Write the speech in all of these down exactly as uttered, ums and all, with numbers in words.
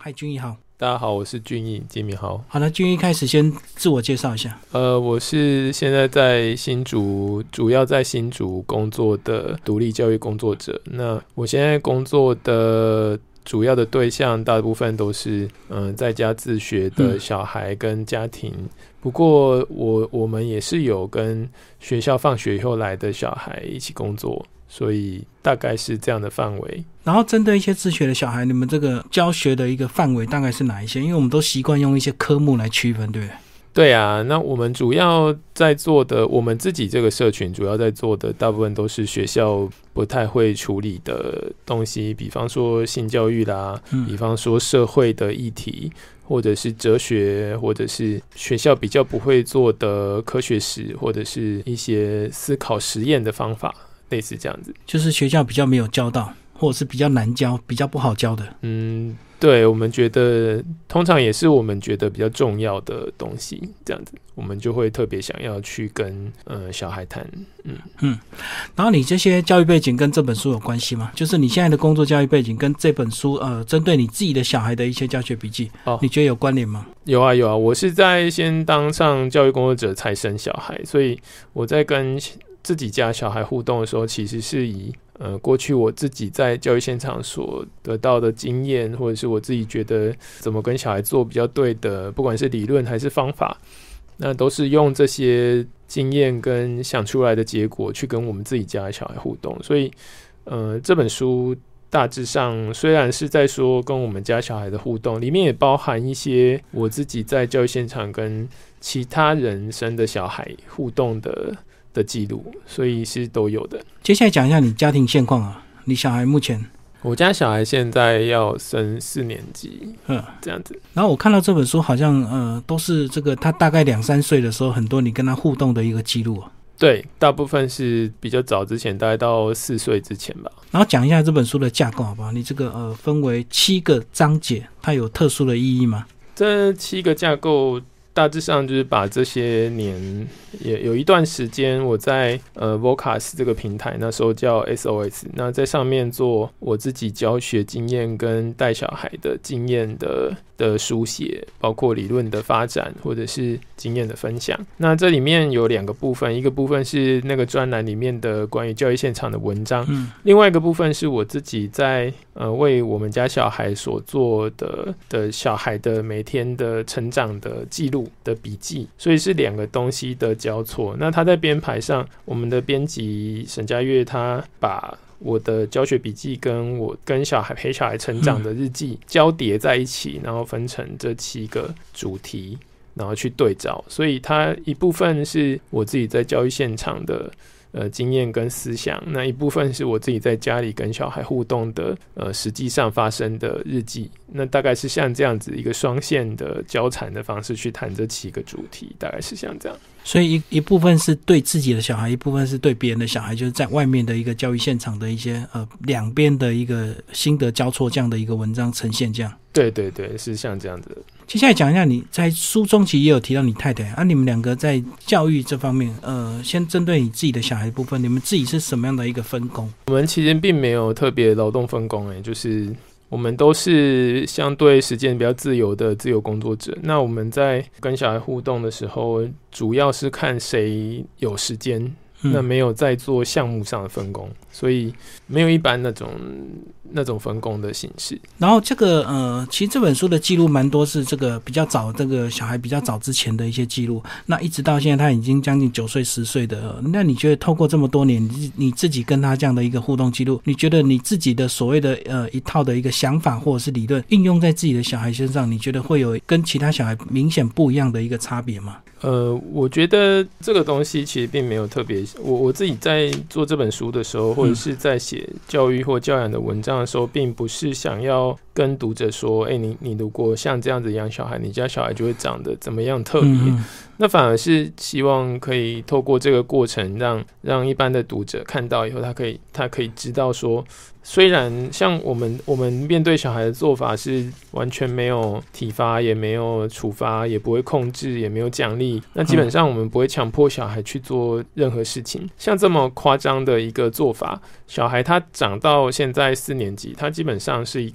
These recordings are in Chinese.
嗨，俊逸好。 大家好，我是俊逸，金明豪。 好的，俊逸开始先自我介绍一下。 呃，我是现在在新竹，主要在新竹工作的独立教育工作者。那我现在工作的主要的对象，大部分都是嗯、呃、在家自学的小孩跟家庭。嗯、不过我我们也是有跟学校放学以后来的小孩一起工作。所以大概是这样的范围。 然后针对一些自学的小孩，你们这个教学的一个范围大概是哪一些？因为我们都习惯用一些科目来区分，对不对？ 对啊，那我们主要在做的，我们自己这个社群主要在做的，大部分都是学校不太会处理的东西，比方说性教育啦，嗯、比方说社会的议题，或者是哲学，或者是学校比较不会做的科学史，或者是一些思考实验的方法。类似这样子， 就是学校比较没有教到，或者是比较难教、比较不好教的。 嗯，对，我们觉得通常也是我们觉得比较重要的东西，这样子，我们就会特别想要去跟呃小孩谈。嗯嗯，然后你这些教育背景跟这本书有关系吗？就是你现在的工作教育背景跟这本书呃，针对你自己的小孩的一些教学笔记，哦、你觉得有关联吗？ 有啊有啊，我是在先当上教育工作者才生小孩，所以我在跟自己家小孩互动的时候，其实是以呃过去我自己在教育现场所得到的经验，或者是我自己觉得怎么跟小孩做比较对的，不管是理论还是方法，那都是用这些经验跟想出来的结果去跟我们自己家的小孩互动。所以呃这本书大致上虽然是在说跟我们家小孩的互动，里面也包含一些我自己在教育现场跟其他人生的小孩互动的的记录，所以是都有的。 接下来讲一下你家庭现况啊，你小孩目前？ 我家小孩现在要升四年级，嗯，这样子。 然后我看到这本书好像呃都是这个他大概两三岁的时候，很多你跟他互动的一个记录啊。 对，大部分是比较早之前，大概到四岁之前吧。 然后讲一下这本书的架构好不好？你这个呃分为七个章节，它有特殊的意义吗？ 这七个架构大致上就是把这些年也有一段时间我在呃 Vocus 这个平台，那时候叫 S O S， 那在上面做我自己教学经验跟带小孩的经验的的书写，包括理论的发展或者是经验的分享。那这里面有两个部分，一个部分是那个专栏里面的关于教育现场的文章，嗯、另外一个部分是我自己在呃为我们家小孩所做的的小孩的每天的成长的记录的笔记，所以是两个东西的交错。那他在编排上，我们的编辑沈佳悦他把我的教学笔记跟我跟小孩陪小孩成长的日记交叠在一起，然后分成这七个主题，然后去对照。所以它一部分是我自己在教育现场的呃经验跟思想，那一部分是我自己在家里跟小孩互动的呃实际上发生的日记。那大概是像这样子一个双线的交缠的方式去谈这七个主题，大概是像这样。 所以 一, 一部分是对自己的小孩，一部分是对别人的小孩，就是在外面的一个教育现场的一些呃两边的一个心得交错这样的一个文章呈现，这样。 对对对，是像这样子的。 接下来讲一下你在书中其实也有提到你太太啊，你们两个在教育这方面，呃，先针对你自己的小孩的部分，你们自己是什么样的一个分工？ 我们其实并没有特别劳动分工，哎，就是我们都是相对时间比较自由的自由工作者。那我们在跟小孩互动的时候，主要是看谁有时间，那没有在做项目上的分工，所以没有一般那种那种分工的形式。 然后这个呃，其实这本书的记录蛮多是这个比较早，这个小孩比较早之前的一些记录。那一直到现在他已经将近九岁十岁的，那你觉得透过这么多年，你你自己跟他这样的一个互动记录，你觉得你自己的所谓的呃一套的一个想法或者是理论应用在自己的小孩身上，你觉得会有跟其他小孩明显不一样的一个差别吗？ 呃，我觉得这个东西其实并没有特别，我我自己在做这本书的时候，或者是在写教育或教养的文章的时候，并不是想要跟读者说，哎、欸，你你如果像这样子养小孩，你家小孩就会长得怎么样特别。嗯那反而是希望可以透过这个过程让让一般的读者看到以后，他可以他可以知道说，虽然像我们我们面对小孩的做法是完全没有体罚，也没有处罚，也不会控制，也没有奖励，那基本上我们不会强迫小孩去做任何事情。像这么夸张的一个做法，小孩他长到现在四年级，他基本上是一个很平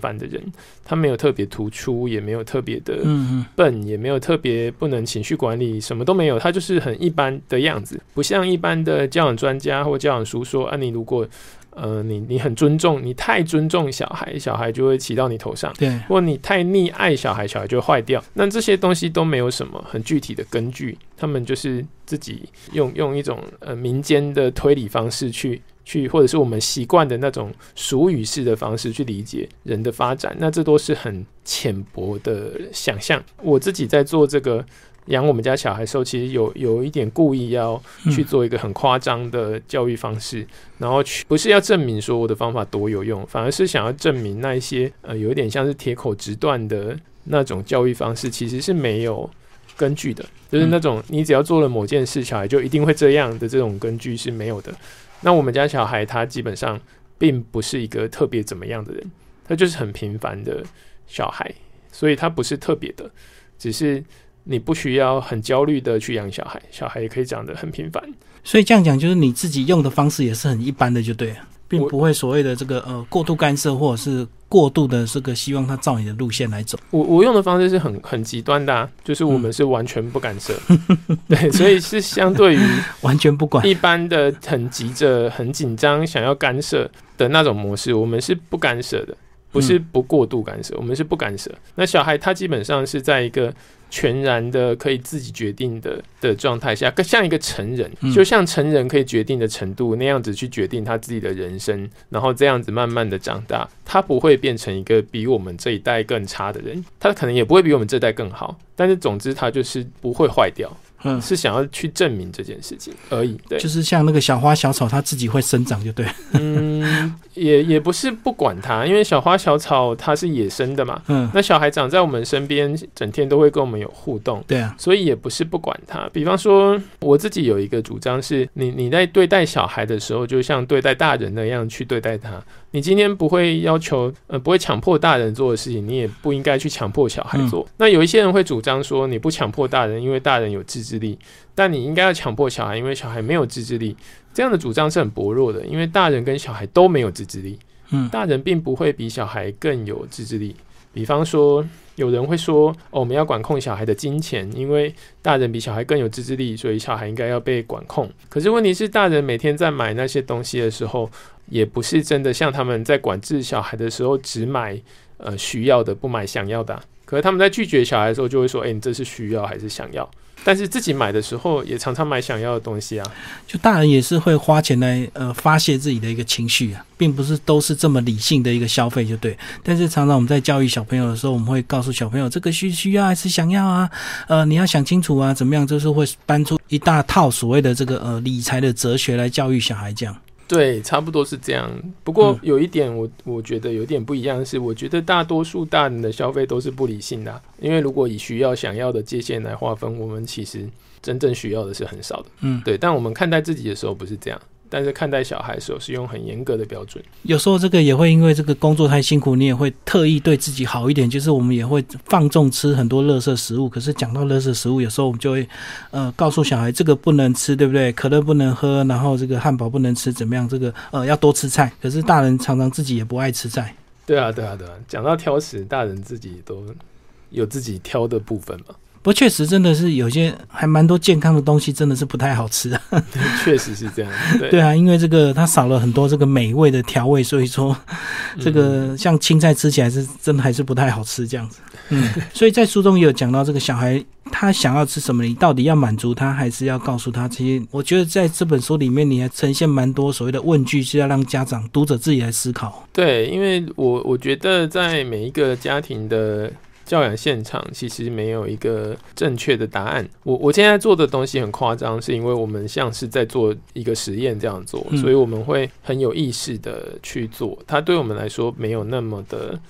凡的人，他没有特别突出，也没有特别的笨，也没有特别不能情绪管理，什么都没有，他就是很一般的样子，不像一般的教养专家或教养书说啊，你如果呃，你你很尊重，你太尊重小孩，小孩就会骑到你头上， 对， 或你太溺爱小孩，小孩就会坏掉。那这些东西都没有什么很具体的根据，他们就是自己用用一种呃民间的推理方式去去，或者是我们习惯的那种俗语式的方式去理解人的发展，那这都是很浅薄的想象。我自己在做这个养我们家小孩的时候，其实有有一点故意要去做一个很夸张的教育方式，嗯、然后去不是要证明说我的方法多有用，反而是想要证明那一些呃有一点像是铁口直断的那种教育方式，其实是没有根据的，就是那种你只要做了某件事，小孩就一定会这样的这种根据是没有的。那我们家小孩他基本上并不是一个特别怎么样的人，他就是很平凡的小孩，所以他不是特别的，只是你不需要很焦虑的去养小孩，小孩也可以长得很平凡。 所以这样讲，就是你自己用的方式也是很一般的，就对了，并不会所谓的这个呃过度干涉，或者是过度的这个希望他照你的路线来走。 我我用的方式是很很极端的、啊，就是我们是完全不干涉，嗯、对，所以是相对于完全不管一般的很急着、很紧张想要干涉的那种模式，我们是不干涉的。不是不过度干涉、嗯、我们是不干涉。那小孩他基本上是在一个全然的可以自己决定的的状态下，像一个成人、嗯、就像成人可以决定的程度那样子去决定他自己的人生，然后这样子慢慢的长大，他不会变成一个比我们这一代更差的人，他可能也不会比我们这一代更好，但是总之他就是不会坏掉。嗯，是想要去证明这件事情而已，对， 就是像那个小花小草，它自己会生长，就对。 嗯，也也不是不管它，因为小花小草它是野生的嘛，嗯，那小孩长在我们身边，整天都会跟我们有互动， 对啊， 所以也不是不管它。比方说，我自己有一个主张是，你你在对待小孩的时候，就像对待大人那样去对待他。你今天不会要求，呃，不会强迫大人做的事情，你也不应该去强迫小孩做。嗯、那有一些人会主张说，你不强迫大人，因为大人有自制力，但你应该要强迫小孩，因为小孩没有自制力。这样的主张是很薄弱的，因为大人跟小孩都没有自制力。嗯，大人并不会比小孩更有自制力。比方说，有人会说、哦，我们要管控小孩的金钱，因为大人比小孩更有自制力，所以小孩应该要被管控。可是问题是，大人每天在买那些东西的时候，也不是真的像他们在管制小孩的时候只买呃需要的，不买想要的、啊。可是他们在拒绝小孩的时候，就会说：“哎、欸，你这是需要还是想要？”但是自己买的时候，也常常买想要的东西啊。 就大人也是会花钱来呃发泄自己的一个情绪啊，并不是都是这么理性的一个消费，就对。但是常常我们在教育小朋友的时候，我们会告诉小朋友，这个需需要还是想要啊？呃，你要想清楚啊，怎么样？就是会搬出一大套所谓的这个呃理财的哲学来教育小孩，这样。 对，差不多是这样。不过有一点我，我我觉得有点不一样的是，我觉得大多数大人的消费都是不理性的、啊，因为如果以需要、想要的界限来划分，我们其实真正需要的是很少的。嗯，对。但我们看待自己的时候不是这样，但是看待小孩的时候是用很严格的标准。 有时候这个也会因为这个工作太辛苦，你也会特意对自己好一点，就是我们也会放纵吃很多垃圾食物。可是讲到垃圾食物，有时候我们就会呃告诉小孩这个不能吃，对不对？可乐不能喝，然后这个汉堡不能吃，怎么样？这个呃要多吃菜。可是大人常常自己也不爱吃菜。 对啊，对啊，对啊。讲到挑食，大人自己都有自己挑的部分嘛。 不过确实真的是有些还蛮多健康的东西真的是不太好吃啊。 确实是这样。对, 对啊，因为这个它少了很多这个美味的调味，所以说这个像青菜吃起来是真的还是不太好吃这样子。嗯，所以在书中也有讲到这个小孩他想要吃什么，你到底要满足他还是要告诉他？其实我觉得在这本书里面你还呈现蛮多所谓的问句，是要让家长读者自己来思考。 对，因为我我觉得在每一个家庭的教养现场其实没有一个正确的答案。我我现在做的东西很夸张，是因为我们像是在做一个实验这样做、嗯、所以我们会很有意识的去做，它对我们来说没有那么的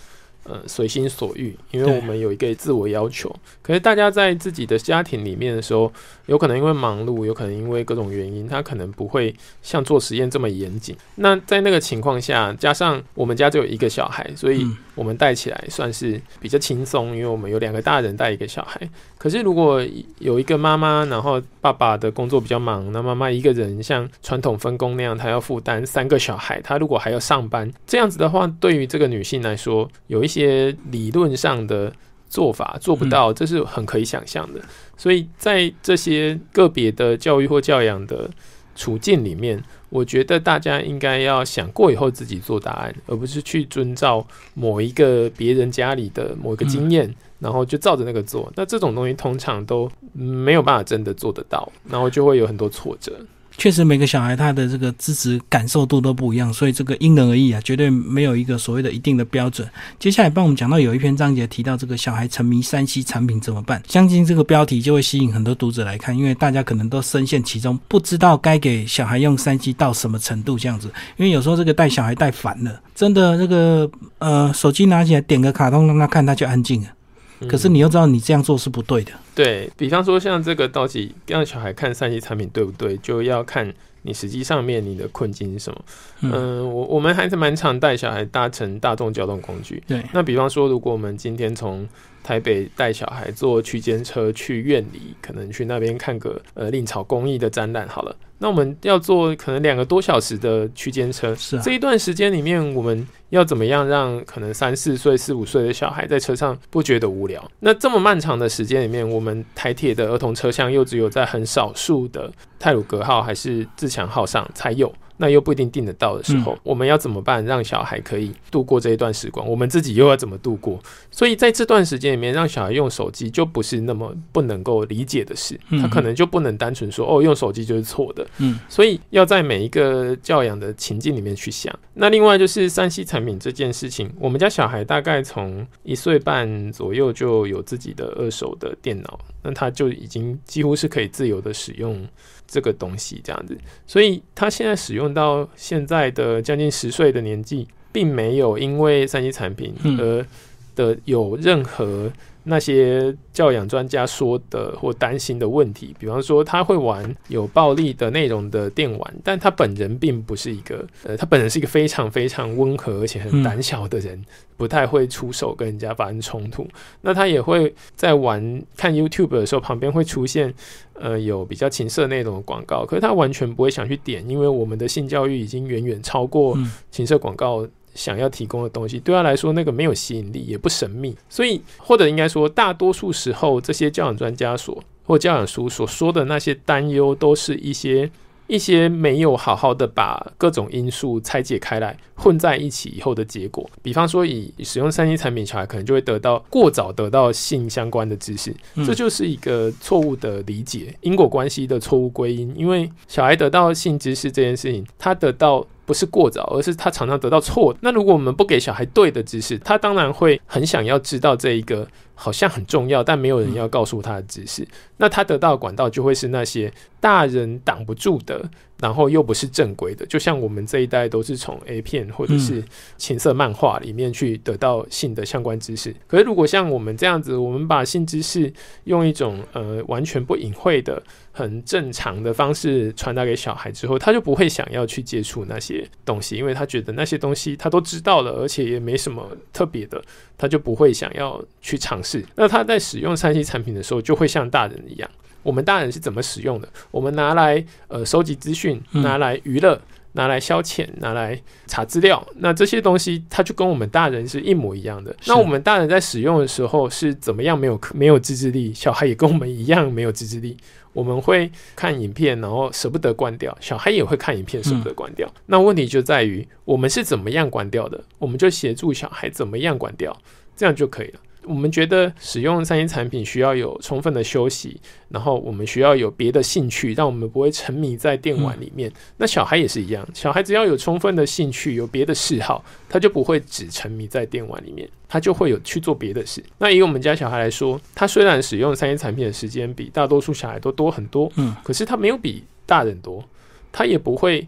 呃随心所欲，因为我们有一个自我要求。可是大家在自己的家庭里面的时候，有可能因为忙碌，有可能因为各种原因，他可能不会像做实验这么严谨。那在那个情况下，加上我们家只有一个小孩，所以我们带起来算是比较轻松，因为我们有两个大人带一个小孩。可是如果有一个妈妈，然后爸爸的工作比较忙，那妈妈一个人像传统分工那样，她要负担三个小孩，她如果还要上班，这样子的话，对于这个女性来说，有一些理论上的做法做不到，这是很可以想象的。所以在这些个别的教育或教养的处境里面，我觉得大家应该要想过以后自己做答案，而不是去遵照某一个别人家里的某一个经验、嗯、然后就照着那个做。那这种东西通常都没有办法真的做得到，然后就会有很多挫折。 确实每个小孩他的这个资质感受度都不一样，所以这个因人而异啊，绝对没有一个所谓的一定的标准。接下来帮我们讲到有一篇章节提到这个小孩沉迷三 C 产品怎么办，相信这个标题就会吸引很多读者来看，因为大家可能都深陷其中，不知道该给小孩用三 C 到什么程度这样子。因为有时候这个带小孩带烦了，真的这个呃手机拿起来点个卡通让他看，他就安静了。可是你又知道你这样做是不对的。 对，比方说像这个到底让小孩看三 C 产品对不对，就要看你实际上面你的困境是什么。嗯，呃、我我们还是蛮常带小孩搭乘大众交通工具。对，那比方说如果我们今天从台北带小孩坐区间车去苑里，可能去那边看个呃令草工艺的展览好了，那我们要坐可能两个多小时的区间车，是、啊、这一段时间里面我们要怎么样让可能三四岁四五岁的小孩在车上不觉得无聊？那这么漫长的时间里面，我们台铁的儿童车厢又只有在很少数的太鲁阁号还是自强号上才有，那又不一定订得到的时候、嗯、我们要怎么办让小孩可以度过这一段时光？我们自己又要怎么度过？所以在这段时间里面让小孩用手机就不是那么不能够理解的事，他可能就不能单纯说哦用手机就是错的。嗯，所以要在每一个教养的情境里面去想。那另外就是三 C 产品这件事情，我们家小孩大概从一岁半左右就有自己的二手的电脑，那他就已经几乎是可以自由的使用这个东西这样子，所以他现在使用到现在的将近十岁的年纪，并没有因为三 C 产品而的有任何那些教养专家说的或担心的问题。比方说他会玩有暴力的内容的电玩，但他本人并不是一个呃，他本人是一个非常非常温和而且很胆小的人、嗯、不太会出手跟人家发生冲突。那他也会在玩看 YouTube 的时候旁边会出现呃有比较情色内容的广告，可是他完全不会想去点，因为我们的性教育已经远远超过情色广告想要提供的东西，对他来说那个没有吸引力也不神秘。所以或者应该说大多数时候这些教养专家所或教养书所说的那些担忧都是一些一些没有好好的把各种因素拆解开来混在一起以后的结果。比方说以使用三 C 产品，小孩可能就会得到过早得到性相关的知识、嗯、这就是一个错误的理解，因果关系的错误归因。因为小孩得到性知识这件事情，他得到不是过早，而是他常常得到错。那如果我们不给小孩对的知识，他当然会很想要知道这一个好像很重要但没有人要告诉他的知识、嗯、那他得到的管道就会是那些大人挡不住的，然后又不是正规的。就像我们这一代都是从 A 片或者是情色漫画里面去得到性的相关知识，可是如果像我们这样子，我们把性知识用一种呃完全不隐晦的很正常的方式传达给小孩之后，他就不会想要去接触那些东西，因为他觉得那些东西他都知道了，而且也没什么特别的，他就不会想要去尝试。那他在使用三 C 产品的时候就会像大人一样，我们大人是怎么使用的？我们拿来呃收集资讯，拿来娱乐、嗯，拿来消遣，拿来查资料，那这些东西它就跟我们大人是一模一样的。那我们大人在使用的时候是怎么样没有没有自制力，小孩也跟我们一样没有自制力。我们会看影片然后舍不得关掉，小孩也会看影片舍不得关掉、嗯、那问题就在于我们是怎么样关掉的，我们就协助小孩怎么样关掉，这样就可以了。我们觉得使用三 C 产品需要有充分的休息，然后我们需要有别的兴趣，让我们不会沉迷在电玩里面、嗯、那小孩也是一样，小孩只要有充分的兴趣，有别的嗜好，他就不会只沉迷在电玩里面，他就会有去做别的事。那以我们家小孩来说，他虽然使用三 C 产品的时间比大多数小孩都多很多、嗯、可是他没有比大人多，他也不会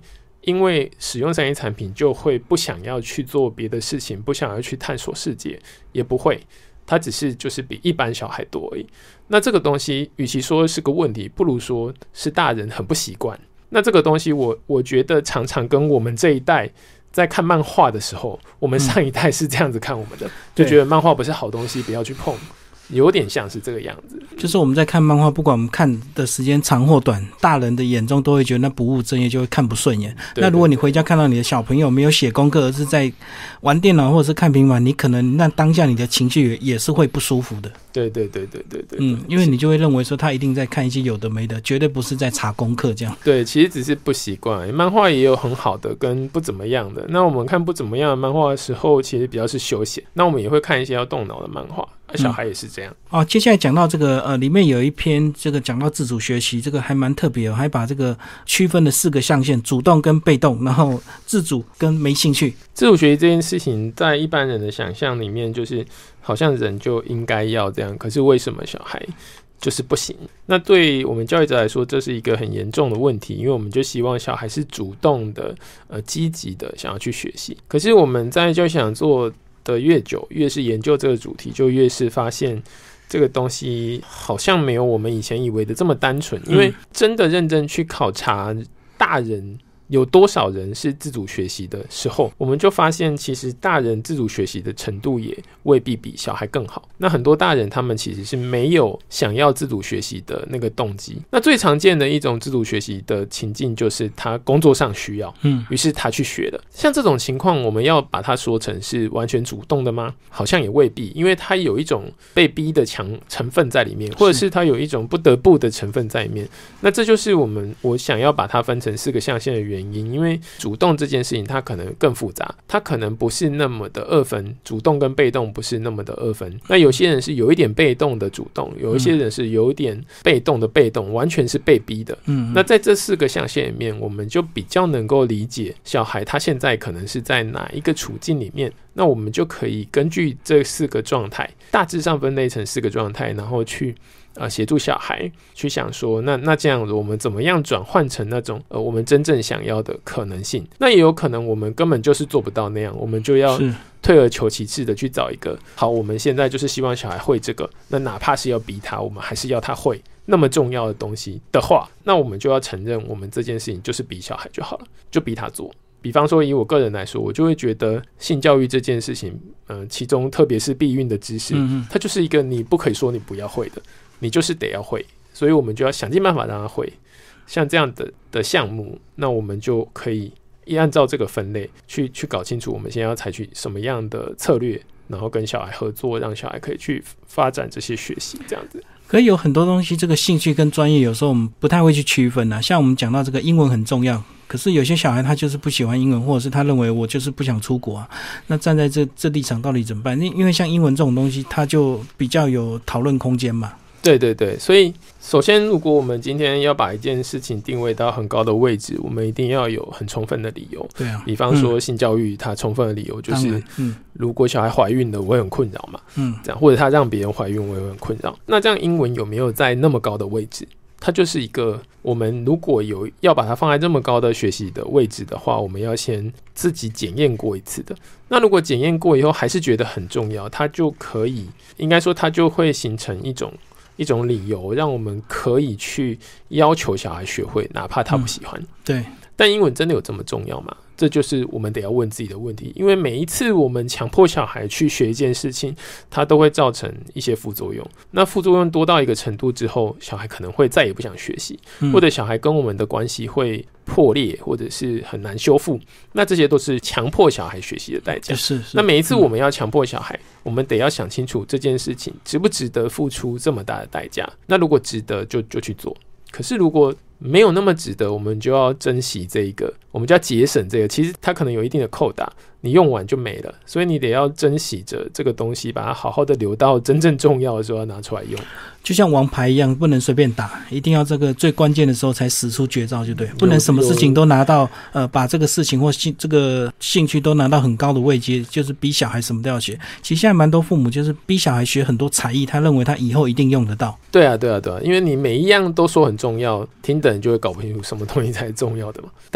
因为使用三 C 产品就会不想要去做别的事情，不想要去探索世界，也不会，他只是就是比一般小孩多而已。那这个东西与其说是个问题，不如说是大人很不习惯。那这个东西我我觉得常常跟我们这一代在看漫画的时候，我们上一代是这样子看我们的，嗯、就觉得漫画不是好东西，不要去碰。有点像是这个样子， 就是我们在看漫画，不管我们看的时间长或短，大人的眼中都会觉得那不务正业，就会看不顺眼。对对对，那如果你回家看到你的小朋友没有写功课，而是在玩电脑或者是看平板，你可能那当下你的情绪也是会不舒服的。 对对对对对 对, 对， 嗯，因为你就会认为说他一定在看一些有的没的，绝对不是在查功课这样。 对，其实只是不习惯。漫画也有很好的跟不怎么样的。那我们看不怎么样的漫画的时候，其实比较是休闲。那我们也会看一些要动脑的漫画。小孩也是这样、 嗯、哦。接下来讲到这个呃，里面有一篇这个讲到自主学习，这个还蛮特别哦，还把这个区分了四个象限：主动跟被动，然后自主跟没兴趣。 自主学习这件事情，在一般人的想象里面，就是好像人就应该要这样，可是为什么小孩就是不行？那对我们教育者来说，这是一个很严重的问题，因为我们就希望小孩是主动的、呃积极的想要去学习。可是我们在教育想做的越久，越是研究这个主题，就越是发现这个东西好像没有我们以前以为的这么单纯。因为真的认真去考察大人有多少人是自主学习的时候，我们就发现其实大人自主学习的程度也未必比小孩更好。那很多大人他们其实是没有想要自主学习的那个动机。那最常见的一种自主学习的情境就是他工作上需要，嗯，于是他去学了。像这种情况，我们要把它说成是完全主动的吗？好像也未必，因为他有一种被逼的强成分在里面，或者是他有一种不得不的成分在里面。那这就是我们我想要把它分成四个象限的原因。因为主动这件事情它可能更复杂，它可能不是那么的二分，主动跟被动不是那么的二分。那有些人是有一点被动的主动，有一些人是有一点被动的被动，完全是被逼的。嗯，那在这四个象限里面，我们就比较能够理解小孩他现在可能是在哪一个处境里面。那我们就可以根据这四个状态，大致上分类成四个状态，然后去呃协助小孩去想说，那那这样我们怎么样转换成那种呃我们真正想要的可能性？那也有可能我们根本就是做不到那样，我们就要退而求其次的去找一个好，我们现在就是希望小孩会这个，那哪怕是要逼他，我们还是要他会那么重要的东西的话，那我们就要承认我们这件事情就是逼小孩就好了，就逼他做。比方说以我个人来说，我就会觉得性教育这件事情，呃，其中特别是避孕的知识，嗯，它就是一个你不可以说你不要会的，你就是得要会，所以我们就要想尽办法让他会。像这样的的项目，那我们就可以一按照这个分类去去搞清楚我们现在要采取什么样的策略，然后跟小孩合作，让小孩可以去发展这些学习，这样子。 可是有很多东西，这个兴趣跟专业有时候我们不太会去区分啊。像我们讲到这个英文很重要，可是有些小孩他就是不喜欢英文，或者是他认为我就是不想出国啊。那站在这这立场到底怎么办？因为像英文这种东西，它就比较有讨论空间嘛。 对对对，所以首先如果我们今天要把一件事情定位到很高的位置，我们一定要有很充分的理由。 对啊， 比方说性教育，它充分的理由就是，嗯，如果小孩怀孕了，我会很困扰嘛，嗯，这样，或者他让别人怀孕，我也会很困扰。那这样英文有没有在那么高的位置？它就是一个我们如果有要把它放在这么高的学习的位置的话，我们要先自己检验过一次的。那如果检验过以后还是觉得很重要，它就可以，应该说它就会形成一种一种理由，让我们可以去要求小孩学会，哪怕他不喜欢。嗯， 对。 但英文真的有这么重要吗？这就是我们得要问自己的问题。因为每一次我们强迫小孩去学一件事情，它都会造成一些副作用。那副作用多到一个程度之后，小孩可能会再也不想学习，嗯，或者小孩跟我们的关系会破裂，或者是很难修复。那这些都是强迫小孩学习的代价。 是是。 那每一次我们要强迫小孩，嗯，我们得要想清楚这件事情值不值得付出这么大的代价。那如果值得就，就就去做。可是如果没有那么值得，我们就要珍惜这一个，我们就要节省这个。其实它可能有一定的扣打，你用完就没了，所以你得要珍惜着这个东西，把它好好的留到真正重要的时候要拿出来用。 就像王牌一样，不能随便打，一定要这个最关键的时候才使出绝招，就对，不能什么事情都拿到呃，把这个事情或兴这个兴趣都拿到很高的位阶，就是逼小孩什么都要学。其实现在蛮多父母就是逼小孩学很多才艺，他认为他以后一定用得到。 对啊，对啊，对啊，因为你每一样都说很重要，听的人就会搞不清楚什么东西才是重要的嘛，大概是像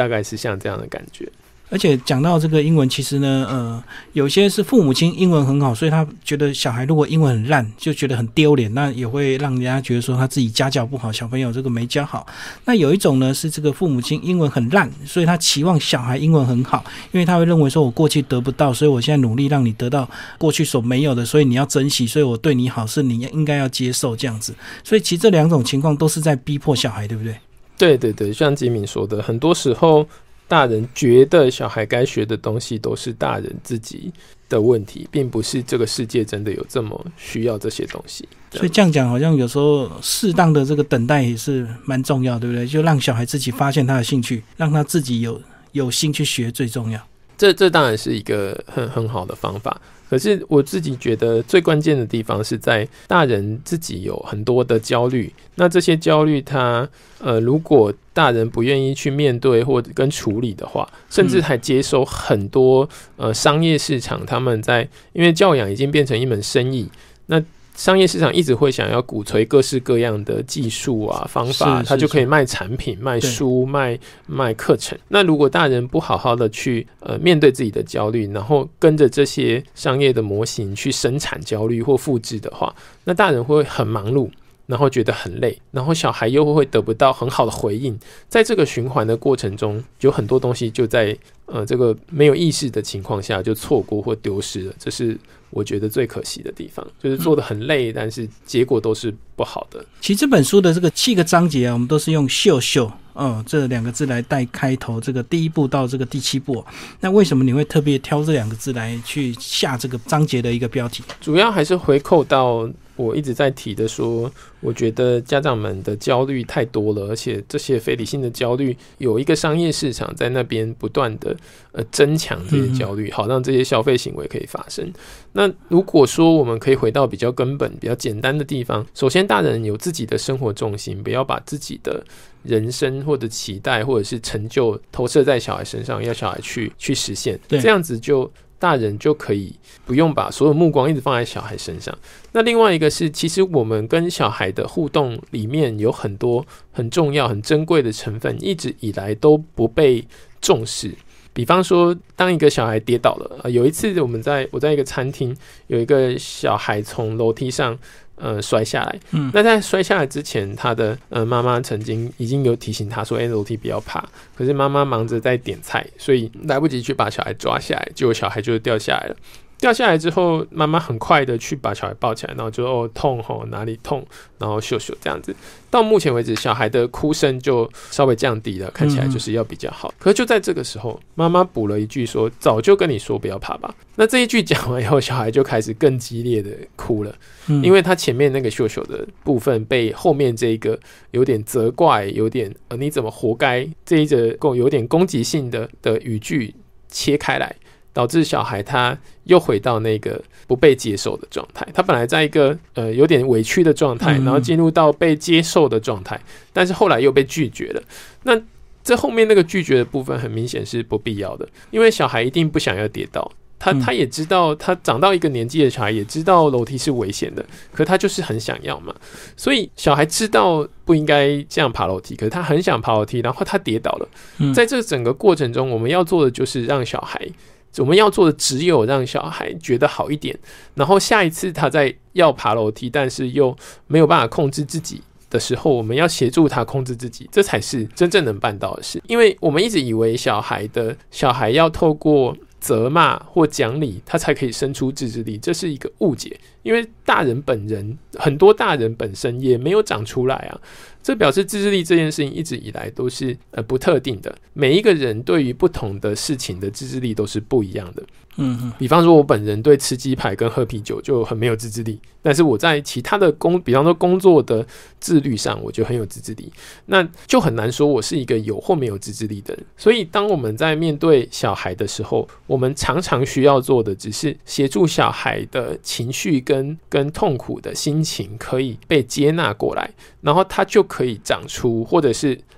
像这样的感觉。 而且讲到这个英文，其实呢，呃，有些是父母亲英文很好，所以他觉得小孩如果英文很烂，就觉得很丢脸，那也会让人家觉得说他自己家教不好，小朋友这个没教好。那有一种呢，是这个父母亲英文很烂，所以他期望小孩英文很好，因为他会认为说我过去得不到，所以我现在努力让你得到过去所没有的，所以你要珍惜，所以我对你好是你应该要接受这样子。所以其实这两种情况都是在逼迫小孩，对不对？ 对对对，像吉敏说的，很多时候大人觉得小孩该学的东西都是大人自己的问题，并不是这个世界真的有这么需要这些东西。 所以这样讲好像有时候适当的这个等待也是蛮重要，对不对？就让小孩自己发现他的兴趣，让他自己有有心去学最重要。 这这当然是一个很很好的方法，可是我自己觉得最关键的地方是在大人自己有很多的焦虑，那这些焦虑他呃，如果大人不愿意去面对或者跟处理的话，甚至还接收很多呃商业市场，他们在因为教养已经变成一门生意，那商业市场一直会想要鼓吹各式各样的技术啊方法，它就可以卖产品、卖书、卖卖课程。那如果大人不好好的去呃面对自己的焦虑，然后跟着这些商业的模型去生产焦虑或复制的话，那大人会很忙碌，然后觉得很累，然后小孩又会得不到很好的回应，在这个循环的过程中，有很多东西就在呃这个没有意识的情况下就错过或丢失了，这是我觉得最可惜的地方，就是做得很累，但是结果都是不好的。 其实这本书的这个七个章节啊，我们都是用秀秀哦这两个字来带开头，这个第一步到这个第七步。那为什么你会特别挑这两个字来去下这个章节的一个标题？ 主要还是回扣到我一直在提的说，我觉得家长们的焦虑太多了，而且这些非理性的焦虑有一个商业市场在那边不断的呃增强这些焦虑，好让这些消费行为可以发生。那如果说我们可以回到比较根本、比较简单的地方，首先大人有自己的生活重心，不要把自己的人生或者期待或者是成就投射在小孩身上，要小孩去去实现，这样子就大人就可以不用把所有目光一直放在小孩身上。那另外一个是，其实我们跟小孩的互动里面有很多很重要、很珍贵的成分，一直以来都不被重视。比方说，当一个小孩跌倒了，呃、有一次我们在我在一个餐厅，有一个小孩从楼梯上呃摔下来，嗯，那在摔下来之前，他的呃妈妈曾经已经有提醒他说，哎、欸，楼梯不要爬。可是妈妈忙着在点菜，所以来不及去把小孩抓下来，结果小孩就掉下来了。掉下来之后，妈妈很快的去把小孩抱起来，然后就哦痛吼哪里痛，然后秀秀这样子。到目前为止，小孩的哭声就稍微降低了，看起来就是要比较好。可是就在这个时候，妈妈补了一句说：“早就跟你说不要爬吧。”那这一句讲完以后，小孩就开始更激烈的哭了，嗯、因为他前面那个秀秀的部分被后面这一个有点责怪、有点呃你怎么活该这一个有点攻击性的的语句切开来。导致小孩他又回到那个不被接受的状态，他本来在一个呃有点委屈的状态，然后进入到被接受的状态，但是后来又被拒绝了。那这后面那个拒绝的部分很明显是不必要的，因为小孩一定不想要跌倒，他他也知道，他长到一个年纪的小孩也知道楼梯是危险的，可他就是很想要嘛。所以小孩知道不应该这样爬楼梯，可是他很想爬楼梯，然后他跌倒了。在这整个过程中，我们要做的就是让小孩。我们要做的只有让小孩觉得好一点，然后下一次他在要爬楼梯，但是又没有办法控制自己的时候，我们要协助他控制自己，这才是真正能办到的事。因为我们一直以为小孩的小孩要透过责骂或讲理，他才可以生出自制力，这是一个误解。因为大人本人，很多大人本身也没有长出来啊。这表示自制力这件事情一直以来都是呃不特定的，每一个人对于不同的事情的自制力都是不一样的。嗯，比方说我本人对吃鸡排跟喝啤酒就很没有自制力，但是我在其他的工，比方说工作的自律上，我就很有自制力，那就很难说我是一个有或没有自制力的人。所以当我们在面对小孩的时候，我们常常需要做的只是协助小孩的情绪跟跟痛苦的心情可以被接纳过来，然后他就可以长出，或者是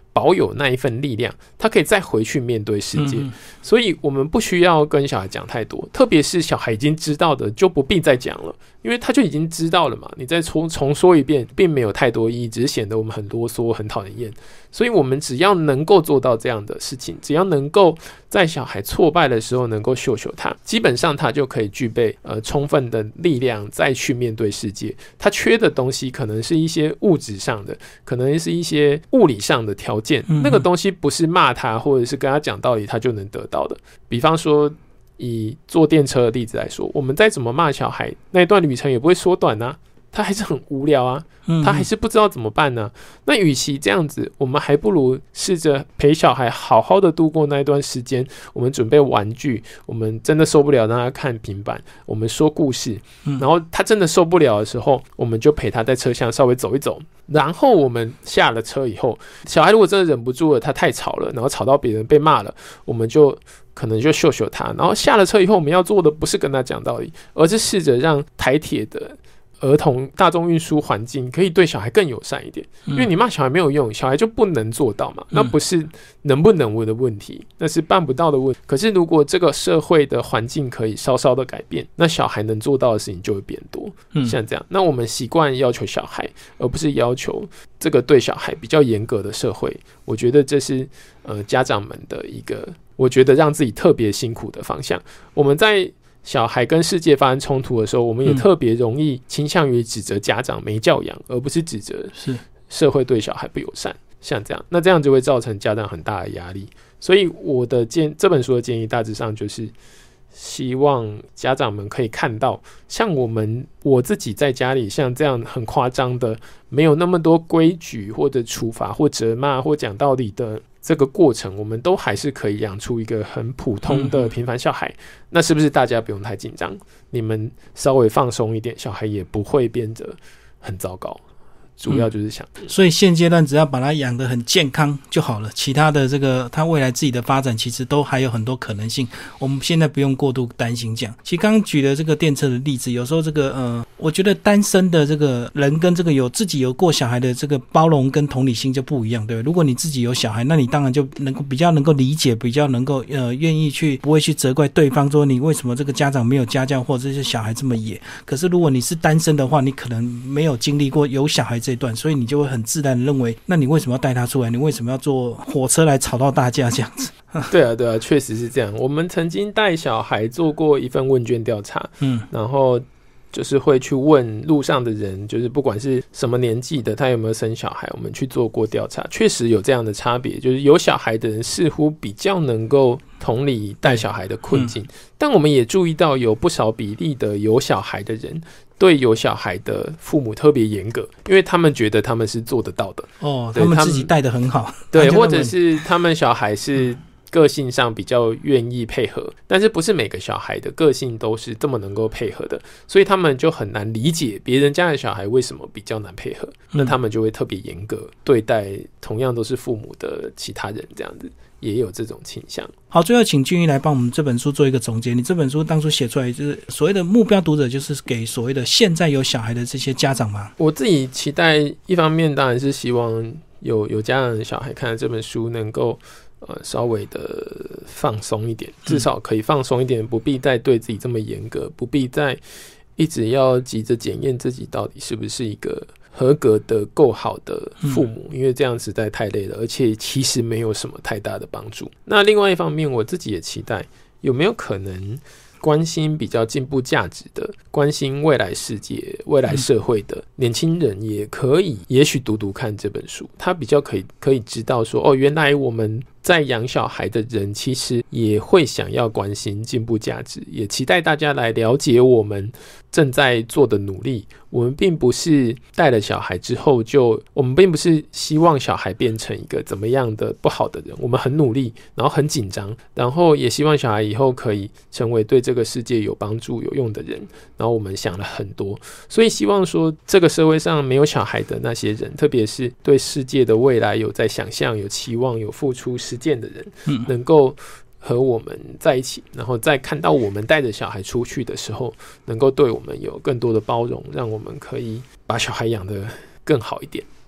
保有那一份力量，他可以再回去面对世界。嗯、所以我们不需要跟小孩讲太多，特别是小孩已经知道的就不必再讲了，因为他就已经知道了嘛，你再重重说一遍并没有太多意义，只是显得我们很啰嗦很讨人厌。所以我们只要能够做到这样的事情，只要能够在小孩挫败的时候能够秀秀他，基本上他就可以具备呃充分的力量再去面对世界。他缺的东西可能是一些物质上的，可能是一些物理上的条件，嗯、那个东西不是骂他或者是跟他讲道理他就能得到的。比方说以坐电车的例子来说，我们再怎么骂小孩，那一段旅程也不会缩短啊，他还是很无聊啊，他还是不知道怎么办呢、啊。那与其这样子，我们还不如试着陪小孩好好的度过那一段时间。我们准备玩具，我们真的受不了让他看平板，我们说故事，然后他真的受不了的时候，我们就陪他在车厢稍微走一走。然后我们下了车以后，小孩如果真的忍不住了，他太吵了，然后吵到别人被骂了，我们就可能就秀秀他。然后下了车以后，我们要做的不是跟他讲道理，而是试着让台铁的儿童大众运输环境可以对小孩更友善一点，因为你骂小孩没有用，小孩就不能做到嘛，那不是能不能的问题，那是办不到的问题。可是如果这个社会的环境可以稍稍的改变，那小孩能做到的事情就会变多，像这样。那我们习惯要求小孩，而不是要求这个对小孩比较严格的社会，我觉得这是呃家长们的一个，我觉得让自己特别辛苦的方向。我们在小孩跟世界发生冲突的时候，我们也特别容易倾向于指责家长没教养，而不是指责社会对小孩不友善，像这样，那这样就会造成家长很大的压力。所以我的建这本书的建议大致上就是希望家长们可以看到，像我们我自己在家里像这样很夸张的没有那么多规矩或者处罚或责骂或讲道理的这个过程，我们都还是可以养出一个很普通的平凡小孩、嗯、那是不是大家不用太紧张，你们稍微放松一点，小孩也不会变得很糟糕，主要就是想、 嗯、所以现阶段只要把他养得很健康就好了，其他的这个他未来自己的发展其实都还有很多可能性，我们现在不用过度担心这样。其实刚刚举了这个电车的例子，有时候这个呃，我觉得单身的这个人跟这个有自己有过小孩的这个包容跟同理心就不一样，对不对？如果你自己有小孩，那你当然就能够比较能够理解，比较能够呃愿意去不会去责怪对方说你为什么这个家长没有家教或者这些小孩这么野。可是如果你是单身的话，你可能没有经历过有小孩这段，所以你就会很自然的认为，那你为什么要带他出来？你为什么要坐火车来吵到大家这样子？ 对啊，对啊，确实是这样。我们曾经带小孩做过一份问卷调查，嗯，然后就是会去问路上的人，就是不管是什么年纪的，他有没有生小孩，我们去做过调查，确实有这样的差别，就是有小孩的人似乎比较能够同理带小孩的困境、嗯、但我们也注意到有不少比例的有小孩的人对有小孩的父母特别严格，因为他们觉得他们是做得到的哦，他们自己带得很好， 对，或者是他们小孩是个性上比较愿意配合，但是不是每个小孩的个性都是这么能够配合的，所以他们就很难理解别人家的小孩为什么比较难配合、嗯、那他们就会特别严格对待同样都是父母的其他人，这样子也有这种倾向。 好，最后请俊逸来帮我们这本书做一个总结。你这本书当初写出来就是所谓的目标读者，就是给所谓的现在有小孩的这些家长吗？ 我自己期待一方面当然是希望有有家长的小孩看了这本书能够呃，稍微的放松一点，至少可以放松一点，不必再对自己这么严格，不必再一直要急着检验自己到底是不是一个合格的够好的父母、嗯、因为这样实在太累了，而且其实没有什么太大的帮助。那另外一方面我自己也期待有没有可能关心比较进步价值的，关心未来世界未来社会的年轻人也可以也许读读看这本书，他比较可以可以知道说，哦，原来我们在养小孩的人其实也会想要关心进步价值，也期待大家来了解我们正在做的努力。我们并不是带了小孩之后就我们并不是希望小孩变成一个怎么样的不好的人，我们很努力，然后很紧张，然后也希望小孩以后可以成为对这个世界有帮助有用的人，然后我们想了很多，所以希望说这个社会上没有小孩的那些人，特别是对世界的未来有在想象有期望有付出实践的人、嗯、能够和我们在一起，然后再看到我们带着小孩出去的时候能够对我们有更多的包容，让我们可以把小孩养得更好一点。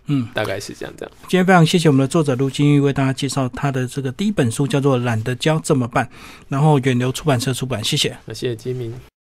嗯， 大概是这样这样。 今天非常谢谢我们的作者卢金玉为大家介绍他的这个第一本书叫做《懒得教怎么办》，然后远流出版社出版，谢谢。 那谢谢基民。